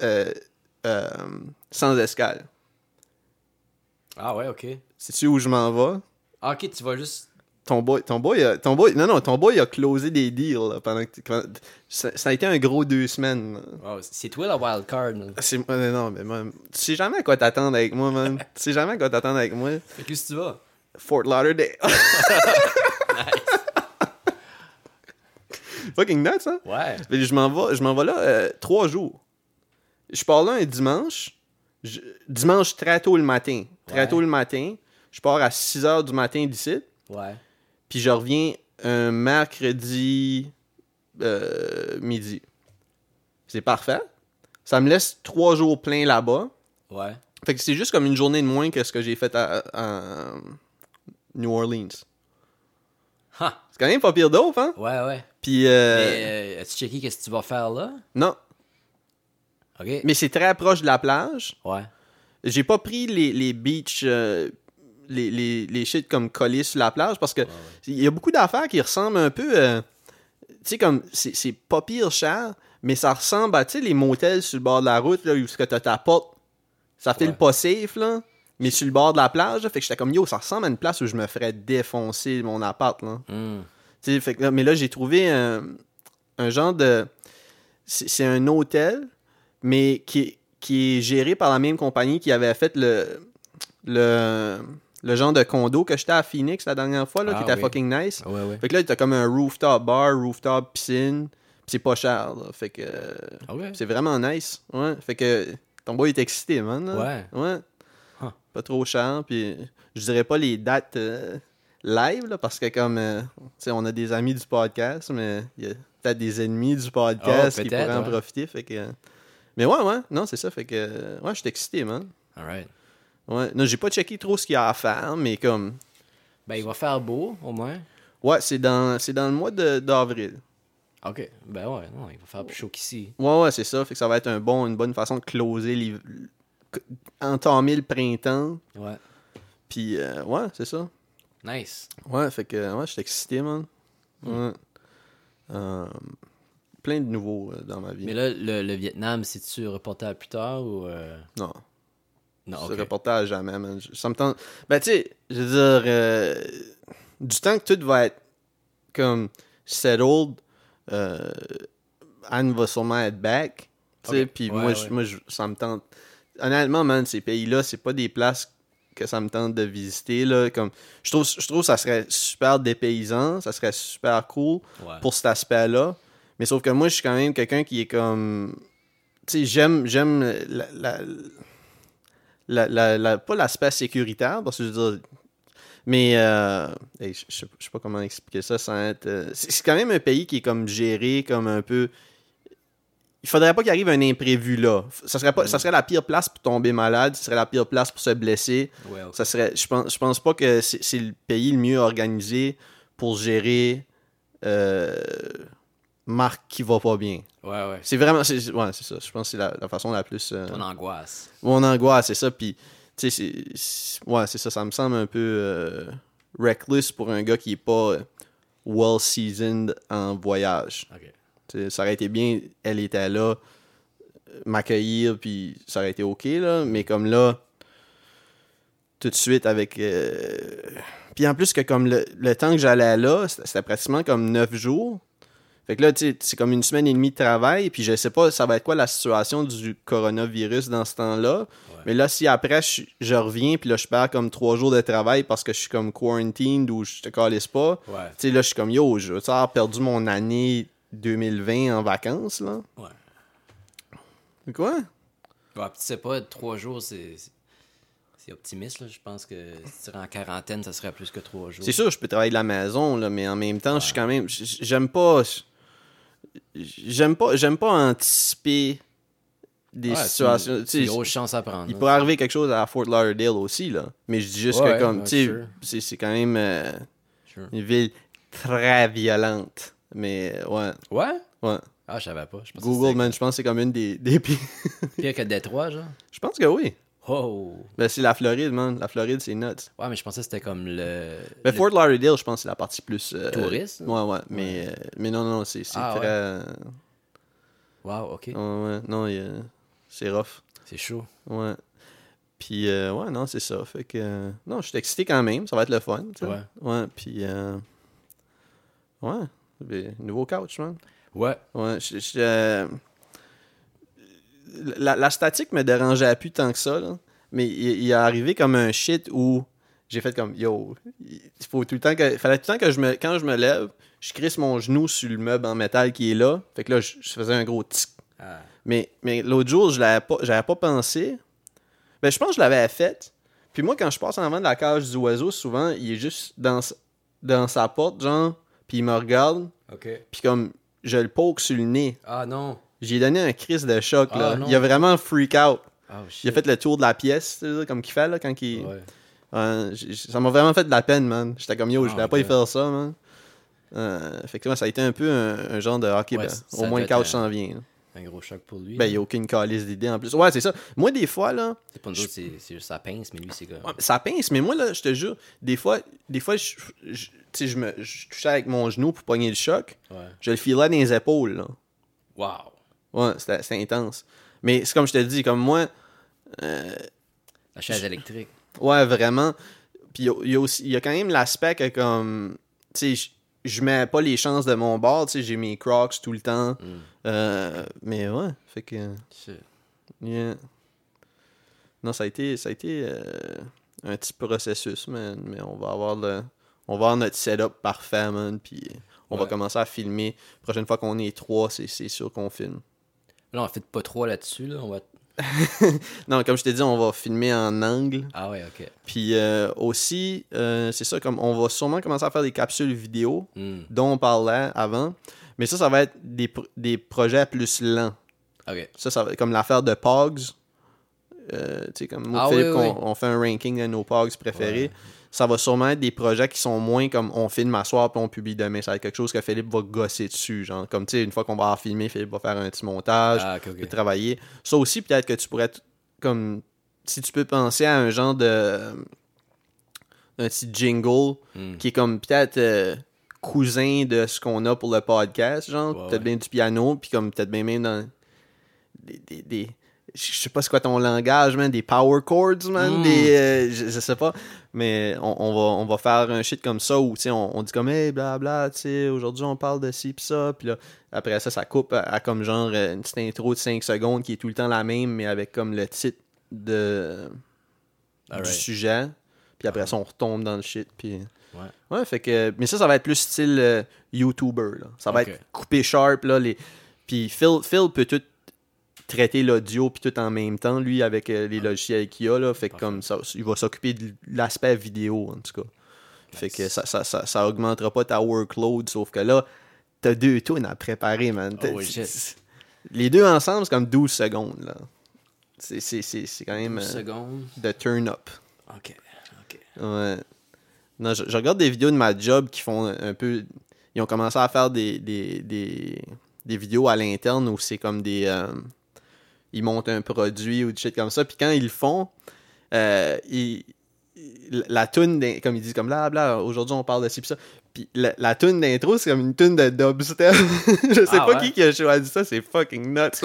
sans escale. Ah ouais, ok. Sais-tu où je m'en vais? Ah, ok, tu vas juste... Ton boy a closé des deals là, pendant que ça a été un gros 2 semaines. Wow, c'est toi la wild card. Là. Non, mais moi, tu sais jamais à quoi t'attendre avec moi, man. Tu sais jamais à quoi t'attendre avec moi. Fait que où tu vas? Fort Lauderdale. Fucking nuts, hein? Ouais. Fait que je m'en vais là 3 jours. Je pars là un dimanche. Dimanche très tôt le matin. Très Ouais. tôt le matin. Je pars à 6h du matin d'ici. Ouais. Puis je reviens un mercredi midi. C'est parfait. Ça me laisse 3 jours pleins là-bas. Ouais. Fait que c'est juste comme une journée de moins que ce que j'ai fait à New Orleans. Ha! C'est quand même pas pire dope, hein? Ouais, ouais. Puis, Mais as-tu checké qu'est-ce que tu vas faire là? non. Ok. Mais c'est très proche de la plage. Ouais. J'ai pas pris les beaches, les shit comme collés sur la plage parce que il y a beaucoup d'affaires qui ressemblent un peu, tu sais, comme, c'est pas pire cher, mais ça ressemble à, tu sais, les motels sur le bord de la route, là, où tu as ta porte, ça fait Ouais. le pas safe, là, mais sur le bord de la plage, là, fait que j'étais comme, yo, ça ressemble à une place où je me ferais défoncer mon appart, là. Hmm. Tu sais, fait que, mais là, j'ai trouvé un genre de... C'est un hôtel, mais qui est géré par la même compagnie qui avait fait le genre de condo que j'étais à Phoenix la dernière fois, là, Ah, qui était oui. fucking nice. Ouais, ouais. Fait que là, t'as comme un rooftop bar, rooftop piscine, pis c'est pas cher, là. Fait que Ok. c'est vraiment nice. Ouais. Fait que ton boy est excité, man. Là. Ouais. Ouais. Huh. Pas trop cher, puis je dirais pas les dates live, là, parce que comme, tu sais, on a des amis du podcast, mais il y a peut-être des ennemis du podcast Oh, qui peut-être, pourraient en ouais. profiter, fait que... Mais ouais, non, c'est ça, fait que... Ouais, je suis excité, man. Alright. Ouais, non, j'ai pas checké trop ce qu'il y a à faire, mais comme... Ben, il va faire beau, au moins. Ouais, c'est dans le mois d'avril. Ok. Ben ouais, non, il va faire plus chaud qu'ici. Ouais, c'est ça, fait que ça va être une bonne façon de closer, entamer le printemps, Ouais. puis ouais, c'est ça. Nice. Ouais, fait que, ouais, je suis excité, man. Ouais. Plein de nouveaux dans ma vie. Mais là, le Vietnam, c'est-tu reporté à plus tard ou... Non. Non, Ce ok. reportage jamais, man. Ça me tente. Ben, tu sais, je veux dire, du temps que tout va être comme settled, Anne va sûrement être back. Tu sais, Ok. puis Ouais, moi, ça me tente. Honnêtement, man, ces pays-là, c'est pas des places que ça me tente de visiter, là. Comme, je trouve que ça serait super dépaysant, ça serait super cool Ouais. pour cet aspect-là. Mais sauf que moi, je suis quand même quelqu'un qui est comme. Tu sais, j'aime pas l'aspect sécuritaire, parce que je veux dire. Mais hey, je sais pas comment expliquer ça sans être. C'est quand même un pays qui est comme géré comme un peu. Il faudrait pas qu'il arrive un imprévu là. Ça serait la pire place pour tomber malade, ce serait la pire place pour se blesser. Ouais, ok. Ça serait. Je pense pas que c'est le pays le mieux organisé pour gérer marque qui va pas bien. Ouais. C'est vraiment. Ouais, c'est ça. Je pense que c'est la façon la plus. Ton angoisse. Mon angoisse, c'est ça. Puis, tu sais, ouais, c'est ça. Ça me semble un peu reckless pour un gars qui est pas well-seasoned en voyage. Ok. Tu sais, ça aurait été bien, elle était là, m'accueillir, puis ça aurait été OK, là. Mais comme là, tout de suite avec. Puis en plus que comme le temps que j'allais là, c'était pratiquement comme 9 jours. Fait que là, tu sais, c'est comme une semaine et demie de travail, puis je sais pas ça va être quoi la situation du coronavirus dans ce temps-là. Ouais. Mais là, si après, je reviens, puis là, je perds comme 3 jours de travail parce que je suis comme quarantined ou je te calisse pas, Ouais. tu sais, là, je suis comme, yo, je vais avoir perdu mon année 2020 en vacances, là. Ouais. Quoi? Ouais, puis tu sais pas, 3 jours, c'est optimiste, là. Je pense que si tu serais en quarantaine, ça serait plus que 3 jours. C'est sûr, je peux travailler de la maison, là, mais en même temps, je suis quand même... J'aime pas... J'aime pas anticiper des situations. C'est une grosse chance à prendre. Il là. pourrait arriver quelque chose à Fort Lauderdale aussi, là. Mais je dis juste Ouais, que, comme, ouais, tu sais, sure. c'est quand même Sure. une ville très violente. Mais, ouais. Ouais? Ah, je savais pas. Je pensais Google, que man, je pense que c'est comme une des pires. c'était pire que Détroit, genre. Je pense que oui. Oh! Ben, c'est la Floride, man. La Floride, c'est nuts. Ouais, mais je pensais que c'était comme le. Ben, Fort Lauderdale, je pense que c'est la partie plus... Touriste? Ouais. Mais non, c'est Ah, très... Wow, ok. Ouais, non, c'est rough. C'est chaud. Ouais. Puis, ouais, non, c'est ça. Fait que, non, je suis excité quand même. Ça va être le fun, tu sais. Ouais. Ouais, puis, ouais. Ben, nouveau couch, man. Ouais. Ouais, la statique me dérangeait plus tant que ça, là. Mais il est arrivé comme un shit où j'ai fait comme, yo, il faut tout le temps que... Fallait tout le temps que quand je me lève, je crisse mon genou sur le meuble en métal qui est là. Fait que là, je faisais un gros tic. Ah. Mais l'autre jour, j'avais pas pensé. Ben, je pense que je l'avais fait. Puis moi, quand je passe en avant de la cage du oiseau, souvent, il est juste dans sa porte, genre, puis il me regarde, Ok. puis comme, je le poke sur le nez. Ah non. J'ai donné un crise de choc, Ah, là. non. Il a vraiment freak out. Oh shit. Il a fait le tour de la pièce, tu sais, comme qu'il fait, là, quand il... Ouais. Ça m'a vraiment fait de la peine, man. J'étais comme, yo, je Oh voulais my pas y God. faire ça, man. Effectivement, ça a été un peu un genre de, ok, Ouais, ben, ça au moins le doit être couch s'en vient, là. Un gros choc pour lui. Ben, il n'y a aucune calice d'idée en plus. Ouais, c'est ça. Moi, des fois, là, C'est pas nous autres, c'est juste sa pince, mais lui, c'est comme. ouais, ça pince, mais moi, là, je te jure, des fois tu sais, je touchais avec mon genou pour pogner le choc. Ouais. Je le filais dans les épaules, là. Wow. Ouais, c'était intense. Mais c'est comme je te dis, comme moi, La chaise électrique. ouais, vraiment. Puis il y a quand même l'aspect que, comme, tu sais, je mets pas les chances de mon bord, tu sais, j'ai mes Crocs tout le temps. Mais ouais, fait que, Shit. yeah. Non, ça a été un petit processus, man. Mais on va avoir notre setup parfait, man. Puis on va Ouais. commencer à filmer. La prochaine fois qu'on est 3, c'est sûr qu'on filme. Là, on fait pas trop là-dessus, là. On va. Non, comme je t'ai dit, on va filmer en angle. Ah ouais, ok. Puis aussi, c'est ça, comme on va sûrement commencer à faire des capsules vidéo Hmm. dont on parlait avant. Mais ça va être des projets plus lents. Ok. Ça va être comme l'affaire de Pogs. Tu sais, comme moi, Ah Philippe, oui, oui. on fait un ranking de nos Pogs préférés. Ouais. Ça va sûrement être des projets qui sont moins comme on filme à soir puis on publie demain. Ça va être quelque chose que Philippe va gosser dessus. Genre, comme tu sais, une fois qu'on va avoir filmé, Philippe va faire un petit montage, Ah, ok, ok. travailler. Ça aussi, peut-être que tu pourrais, comme, si tu peux penser à un genre de. Un petit jingle qui est comme peut-être cousin de ce qu'on a pour le podcast, genre, Ouais, peut-être ouais. bien du piano, puis comme peut-être bien même dans des je sais pas c'est quoi ton langage, man, des power chords, man, je sais pas, mais on va faire un shit comme ça où, tu sais, on dit comme, hey, blabla, tu sais, aujourd'hui on parle de ci pis ça, puis là, après ça coupe à comme genre une petite intro de 5 secondes qui est tout le temps la même, mais avec comme le titre du Alright. sujet, puis après ça on retombe dans le shit, puis... Ouais. Ouais, fait que... Mais ça va être plus style YouTuber, là. Ça va Ok. être coupé sharp, là, puis Phil peut tout traiter l'audio puis tout en même temps, lui, avec les logiciels qu'il a, là. Fait que comme ça, il va s'occuper de l'aspect vidéo, en tout cas. Fait que ça augmentera pas ta workload, sauf que là, t'as 2 tunes à préparer, man. Oh, shit. Les deux ensemble, c'est comme 12 secondes, là. C'est quand même 12 secondes. de turn up. Ok. Ouais. Non, je regarde des vidéos de ma job qui font un peu... Ils ont commencé à faire des vidéos à l'interne où c'est comme des... ils montent un produit ou du shit comme ça. Puis quand ils le font, la toune, comme ils disent, comme là, aujourd'hui on parle de ci pis ça. Puis la toune d'intro, c'est comme une toune de dubstep. Je sais pas ouais? qui a choisi ça, c'est fucking nuts.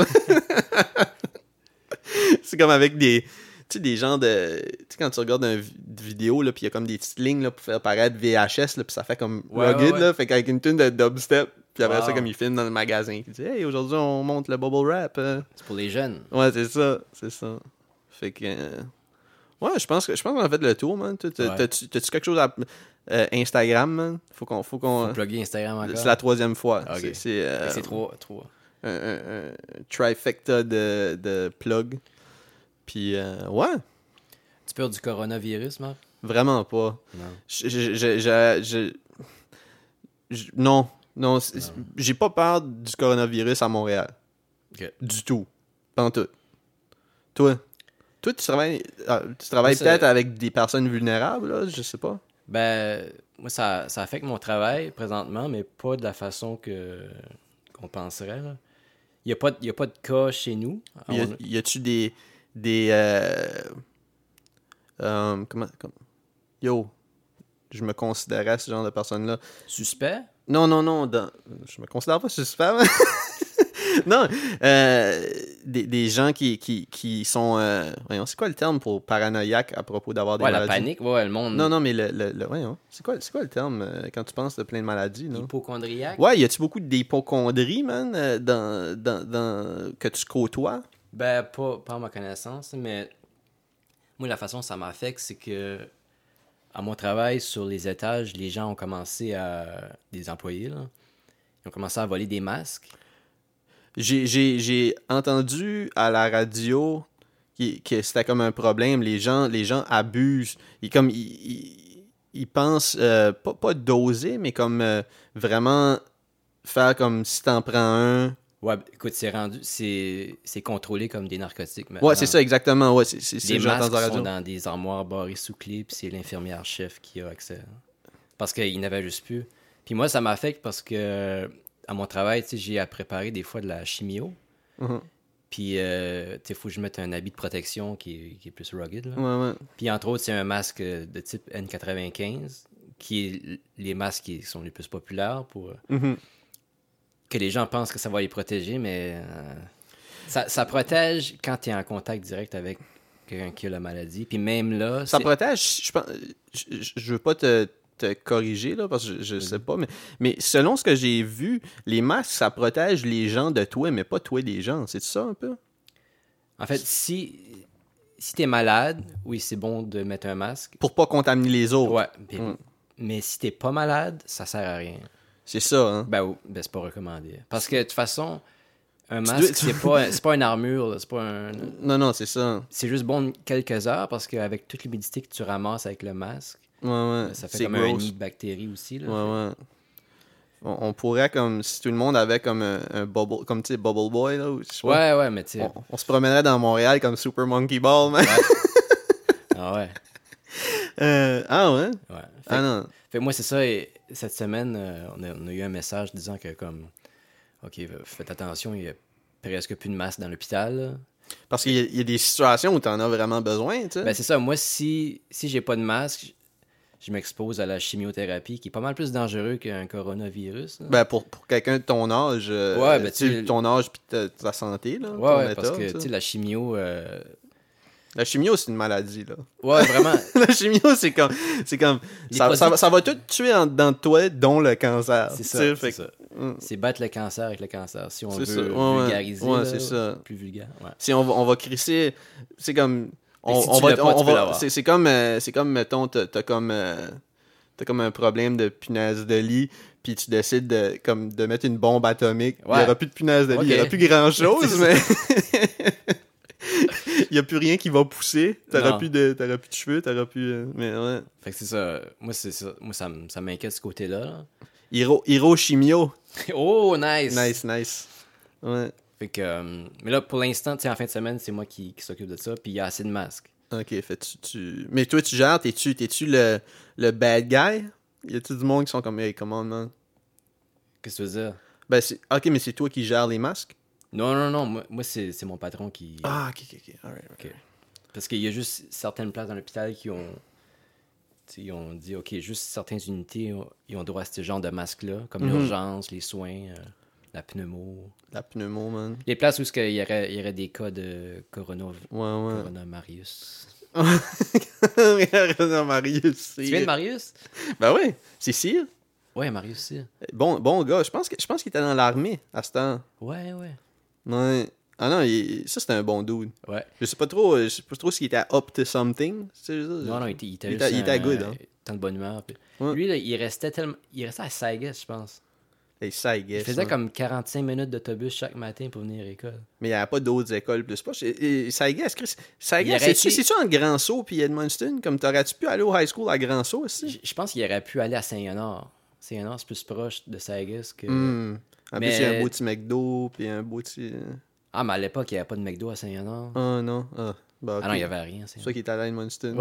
C'est comme avec des... Tu sais, des genres de... Tu sais, quand tu regardes une vidéo, là, pis il y a comme des petites lignes, là, pour faire paraître VHS, là, pis ça fait comme Ouais, rugged, ouais. là. Fait qu'avec une tune de dubstep, Puis après ça, Wow. comme il filme dans le magasin, il dit « Hey, aujourd'hui, on monte le bubble wrap. C'est pour les jeunes. Ouais, c'est ça. Fait que... Ouais, je pense qu'on a fait le tour, man. Ouais. T'as-tu quelque chose à... Instagram, man? Faut qu'on... Faut plugger Instagram encore. C'est la 3e fois. Ok. C'est C'est trois. un trifecta de plug. Puis, ouais, Tu peur du coronavirus, Marc? vraiment pas. Non. Non, Non. j'ai pas peur du coronavirus à Montréal. Ok. Du tout. Pas en tout. Toi, tu travailles Moi, peut-être avec des personnes vulnérables, là, je sais pas. Ben, moi, ça affecte mon travail présentement, mais pas de la façon qu'on penserait, là. Il y a pas de cas chez nous. Y a-tu des yo, je me considérais ce genre de personne-là. Suspect? Non, je me considère pas suspect. Mais... non, des gens qui sont... voyons, c'est quoi le terme pour paranoïaque à propos d'avoir des Ouais, maladies? la panique, ouais, le monde. Non, mais voyons, c'est quoi le terme quand tu penses de plein de maladies? Là? Hypochondriaque? Ouais, y a-tu beaucoup d'hypochondrie, man, que tu côtoies? Ben, pas à ma connaissance, mais moi, la façon dont ça m'affecte, c'est que à mon travail, sur les étages, les gens ont commencé des employés, là, ils ont commencé à voler des masques. J'ai entendu à la radio que c'était comme un problème. Les gens abusent. Ils pensent pas doser, mais comme vraiment faire comme si t'en prends un. Ouais, écoute, c'est contrôlé comme des narcotiques maintenant. Ouais, c'est ça, exactement. Ouais, c'est Les ce que j'ai masques entendu à la sont radio. dans des armoires barrées sous clé, puis c'est l'infirmière-chef qui a accès. Parce qu'il n'avait juste plus. Puis moi, ça m'affecte parce que à mon travail, tu sais, j'ai à préparer des fois de la chimio. Mhm. Puis, tu sais, il faut que je mette un habit de protection qui est plus rugged, là. Ouais. Puis, entre autres, c'est un masque de type N95, qui est les masques qui sont les plus populaires pour Mhm. que les gens pensent que ça va les protéger, mais ça protège quand tu es en contact direct avec quelqu'un qui a la maladie. Puis même là, Ça protège, je pense, je veux pas te corriger, là, parce que je sais pas, mais selon ce que j'ai vu, les masques, ça protège les gens de toi, mais pas toi des gens. C'est ça, un peu? En fait, si tu es malade, oui, c'est bon de mettre un masque. Pour pas contaminer les autres. Ouais. Mais si t'es pas malade, ça sert à rien. C'est ça, hein? Ben c'est pas recommandé. Parce que de toute façon, un masque, c'est pas une armure, là, c'est pas un... Non, c'est ça. C'est juste bon quelques heures parce qu'avec toute l'humidité que tu ramasses avec le masque, Ouais. ça fait C'est comme un gross. nid de bactéries aussi. Là. Ouais. On pourrait, comme, si tout le monde avait comme un bubble, comme, tu sais, Bubble Boy, là, ou je sais pas. Ouais, mais tu sais... On se promènerait dans Montréal comme Super Monkey Ball, man. Ah ouais. Ah ouais? Ouais. Ah non. Fait que moi, c'est ça. Et cette semaine, on a eu un message disant que, comme, OK, faites attention, il y a presque plus de masques dans l'hôpital. Là. Parce qu'il y a des situations où t'en as vraiment besoin, tu sais. Ben, c'est ça. Moi, si j'ai pas de masque, je m'expose à la chimiothérapie, qui est pas mal plus dangereux qu'un coronavirus. Là. Ben, pour quelqu'un de ton âge, Ouais, ben, tu sais, ton âge puis ta santé, là, ton Ouais, état, parce que, ça. tu sais, la chimio... La chimio, c'est une maladie, là. Ouais, vraiment. La chimio, c'est comme Les ça produits- va tout tuer dans toi, dont le cancer. C'est tu ça, sais, c'est fait ça. que, C'est battre le cancer avec le cancer, si on C'est veut ça. Ouais, vulgariser. ouais, là, c'est ça. Plus vulgaire, ouais. si on va crisser, c'est comme Mais si tu l'as pas, tu peux l'avoir. c'est comme mettons t'as comme un problème de punaise de lit, puis tu décides de mettre une bombe atomique. Il Ouais. y aura plus de punaise de lit, il y Ok. aura plus grand chose, C'est mais il y a plus rien qui va pousser. T'auras Non. plus de cheveux, t'auras plus mais ouais. Fait que c'est ça. Moi, c'est ça. Moi, ça m'inquiète ce côté-là. là. Hiro Chimio. Oh, nice! Nice. Ouais. Fait que, mais là, pour l'instant, tu sais, en fin de semaine, c'est moi qui s'occupe de ça, puis il y a assez de masques. OK, fait mais toi tu gères, t'es-tu le bad guy? Y a-tu du monde qui sont comme hey, comment man? Qu'est-ce que tu veux dire? Ben OK, mais c'est toi qui gères les masques? Non. Moi c'est mon patron qui... Ah, OK. Alright. Ok. Parce qu'il y a juste certaines places dans l'hôpital qui ont... tu sais, ils ont dit, OK, juste certaines unités, ils ont droit à ce genre de masques-là, comme l'urgence, les soins, la pneumo. La pneumo, man. Les places où il y aurait des cas de Ouais. coronamarius. Regarde Marius. Tu viens de Marius? Ben oui, c'est Cyr. Ouais, Marius aussi. Bon gars. Je pense qu'il était dans l'armée à ce temps. Ouais. Ouais. Ah non, ça c'était un bon dude. Ouais. Je sais pas trop s'il était up to something. C'est ça. Non, il était il juste était good, hein. tant de bonne humeur. Puis Ouais. lui, là, il restait à Saigas, je pense. Et ça, I guess, Il faisait hein. comme 45 minutes d'autobus chaque matin pour venir à l'école. Mais il n'y avait pas d'autres écoles plus proches. Et ça, I guess, Chris. Ça, I Il guess, aurait c'est-tu été- c'est-tu entre Grand Sault puis Edmundston? Comme t'aurais-tu pu aller au high school à Grand Sault aussi? Je pense qu'il aurait pu aller à Saint-Léonard. Saint-Léonard, c'est plus proche de Saigas que... En Mais- plus, il y a un beau petit McDo, puis un beau petit... Ah, mais à l'époque, il n'y avait pas de McDo à Saint-Léonard. Ah non. Ah, bah, ok. Ah non, il n'y avait rien. C'est ça qui est allé à Edmundston.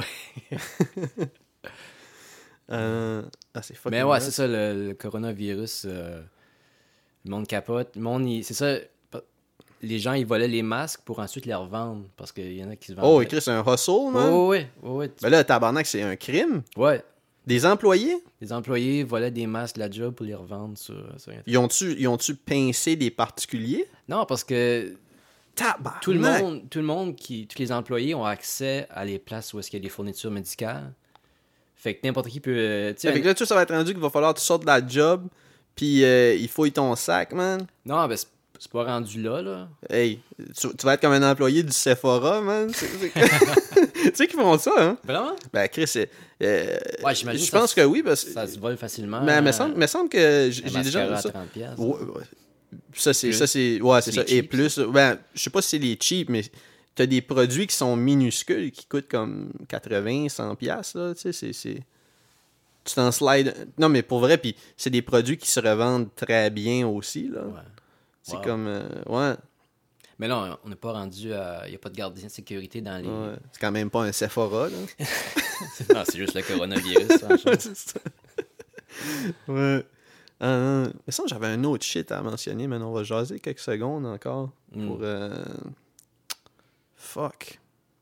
C'est fucking Mais ouais, nuts. c'est ça, le coronavirus, le monde capote. Le monde, c'est ça, les gens, ils volaient les masques pour ensuite les revendre, parce qu'il y en a qui se vendent. Oh, écrit, c'est un hustle, man. Ouais. Ben là, tabarnak, c'est un crime. Ouais, Des employés, les employés volaient des masques de la job pour les revendre sur Internet. ils ont-tu pincé des particuliers? Non, parce que Tabarnak! tous les employés ont accès à les places où est-ce qu'il y a des fournitures médicales. Fait que n'importe qui peut... tu sais, Fait que là, ça va être rendu qu'il va falloir que tu sortes de la job, puis il fouille ton sac, man. non, ben c'est pas rendu là. Hey, tu vas être comme un employé du Sephora, man. Tu sais qu'ils font ça, hein? Vraiment? Ben, Chris, Ouais, j'imagine je que pense que oui, parce que... Ça se vole facilement. Mais me semble que j'ai un déjà mascara vu à ça. 30 piastres. Ouais. Ça, c'est Plus. ouais, c'est C'est ça. les Et cheap, plus, ben, je sais pas si c'est les cheap, mais t'as des produits qui sont minuscules, qui coûtent comme 80, 100 piastres, là, tu sais, c'est... Tu t'en slides... Non, mais pour vrai, puis c'est des produits qui se revendent très bien aussi, là. Ouais. C'est Wow. comme... ouais, Mais là, on n'est pas rendu à... Il n'y a pas de gardien de sécurité dans les... ouais. C'est quand même pas un Sephora, là. Non, c'est juste le coronavirus. Franchement. C'est ça. Ouais. Mais ça, j'avais un autre shit à mentionner, mais on va jaser quelques secondes encore pour... Fuck.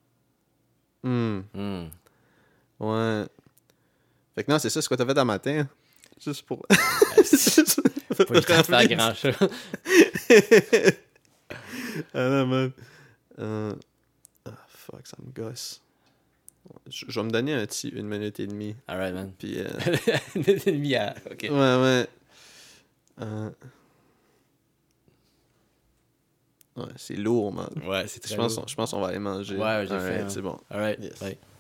Hmm. Ouais. Fait que non, c'est ça, c'est quoi t'as fait un matin. Juste pour... Pas le temps de faire grand-chose. Ah non, man. Fuck, ça me gosse. Je vais me donner un petit 1 minute et demie. Alright, man. Puis... Une minute et demie à... OK. Ouais. Ouais, c'est lourd, man. Ouais, c'est très Je pense qu'on va aller manger. Ouais, j'ai Alright, faim. c'est bon. Alright, Yes. bye.